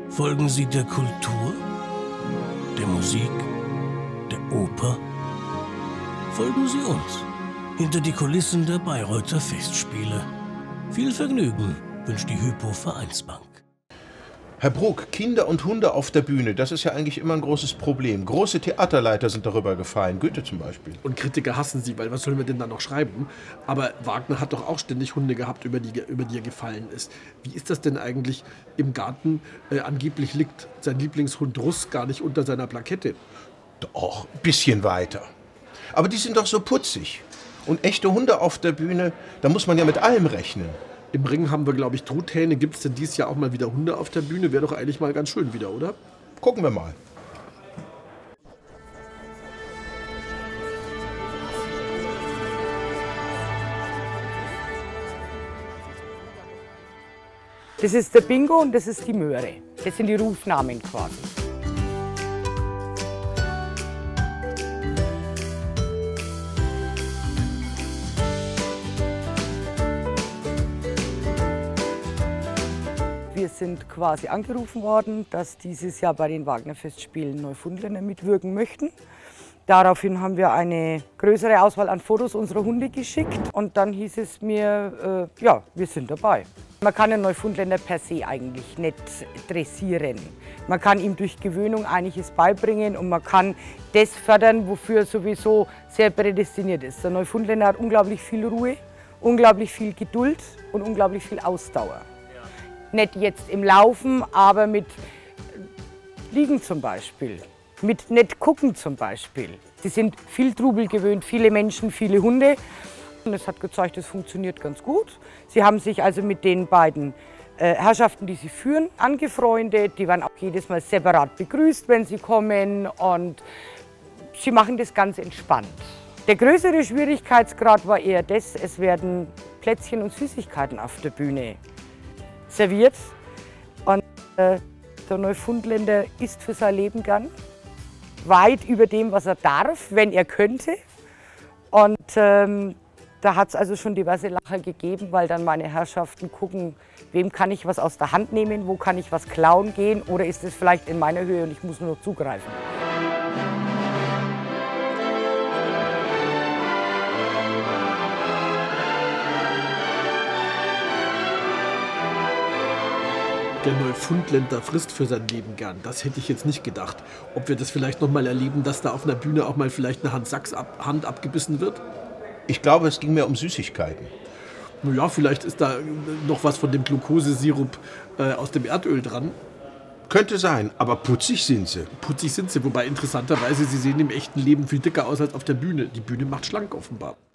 Folgen Sie der Kultur, der Musik, der Oper? Folgen Sie uns hinter die Kulissen der Bayreuther Festspiele. Viel Vergnügen wünscht die Hypo Vereinsbank. Herr Bruck, Kinder und Hunde auf der Bühne, das ist ja eigentlich immer ein großes Problem. Große Theaterleiter sind darüber gefallen, Goethe zum Beispiel. Und Kritiker hassen sie, weil was sollen wir denn da noch schreiben? Aber Wagner hat doch auch ständig Hunde gehabt, über die er gefallen ist. Wie ist das denn eigentlich im Garten? Angeblich liegt sein Lieblingshund Russ gar nicht unter seiner Plakette. Doch, ein bisschen weiter. Aber die sind doch so putzig. Und echte Hunde auf der Bühne, da muss man ja mit allem rechnen. Im Ring haben wir, glaube ich, Truthähne. Gibt es denn dieses Jahr auch mal wieder Hunde auf der Bühne? Wäre doch eigentlich mal ganz schön wieder, oder? Gucken wir mal. Das ist der Bingo und das ist die Möhre. Das sind die Rufnamen quasi. Wir sind quasi angerufen worden, dass dieses Jahr bei den Wagner-Festspielen Neufundländer mitwirken möchten. Daraufhin haben wir eine größere Auswahl an Fotos unserer Hunde geschickt und dann hieß es mir, ja, wir sind dabei. Man kann einen Neufundländer per se eigentlich nicht dressieren. Man kann ihm durch Gewöhnung einiges beibringen und man kann das fördern, wofür er sowieso sehr prädestiniert ist. Der Neufundländer hat unglaublich viel Ruhe, unglaublich viel Geduld und unglaublich viel Ausdauer. Nicht jetzt im Laufen, aber mit Liegen zum Beispiel, mit nicht gucken zum Beispiel. Sie sind viel Trubel gewöhnt, viele Menschen, viele Hunde. Und es hat gezeigt, es funktioniert ganz gut. Sie haben sich also mit den beiden Herrschaften, die sie führen, angefreundet. Die werden auch jedes Mal separat begrüßt, wenn sie kommen. Und sie machen das ganz entspannt. Der größere Schwierigkeitsgrad war eher das, es werden Plätzchen und Süßigkeiten auf der Bühne serviert. Und der Neufundländer isst für sein Leben gern. Weit über dem, was er darf, wenn er könnte. Und da hat es also schon diverse Lacher gegeben, weil dann meine Herrschaften gucken, wem kann ich was aus der Hand nehmen, wo kann ich was klauen gehen oder ist es vielleicht in meiner Höhe und ich muss nur noch zugreifen. Der Neufundländer frisst für sein Leben gern. Das hätte ich jetzt nicht gedacht. Ob wir das vielleicht noch mal erleben, dass da auf einer Bühne auch mal vielleicht eine Hand abgebissen wird? Ich glaube, es ging mehr um Süßigkeiten. Naja, vielleicht ist da noch was von dem Glukosesirup aus dem Erdöl dran. Könnte sein, aber putzig sind sie. Putzig sind sie, wobei interessanterweise, sie sehen im echten Leben viel dicker aus als auf der Bühne. Die Bühne macht schlank offenbar.